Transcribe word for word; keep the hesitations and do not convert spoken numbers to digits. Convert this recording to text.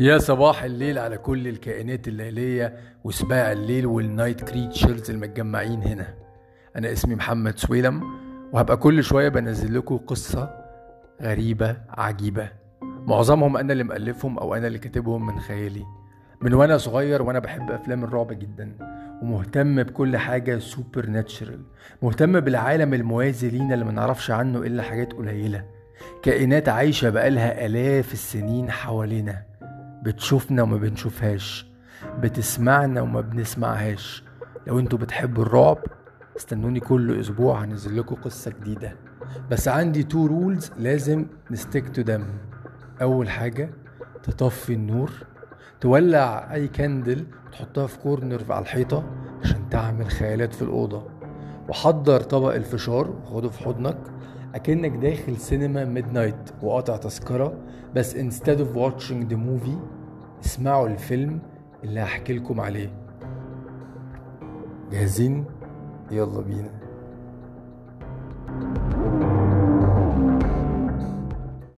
يا صباح الليل على كل الكائنات الليلية وسباع الليل والنايت كريتشرز المتجمعين هنا. أنا اسمي محمد سويلم، وهبقى كل شوية بنزل لكم قصة غريبة عجيبة. معظمهم أنا اللي مألفهم أو أنا اللي كاتبهم من خيالي. من وأنا صغير وأنا بحب أفلام الرعب جدا، ومهتم بكل حاجة سوبر ناتشرال، مهتم بالعالم الموازي لينا اللي منعرفش عنه إلا حاجات قليلة. كائنات عايشة بقالها آلاف السنين حوالينا، بتشوفنا وما بنشوفهاش، بتسمعنا وما بنسمعهاش. لو انتوا بتحبوا الرعب استنوني كل اسبوع هنزل لكم قصة جديدة. بس عندي تو رولز لازم نستيك تو دم. اول حاجة، تطفي النور، تولع اي كاندل وتحطها في كورنر على الحيطة عشان تعمل خيالات في الأوضة. وحضر طبق الفشار وخده في حضنك اكنك داخل سينما ميد نايت وقاطع تذكرة. بس instead of watching the movie اسمعوا الفيلم اللي هحكي لكم عليه. جاهزين؟ يلا بينا.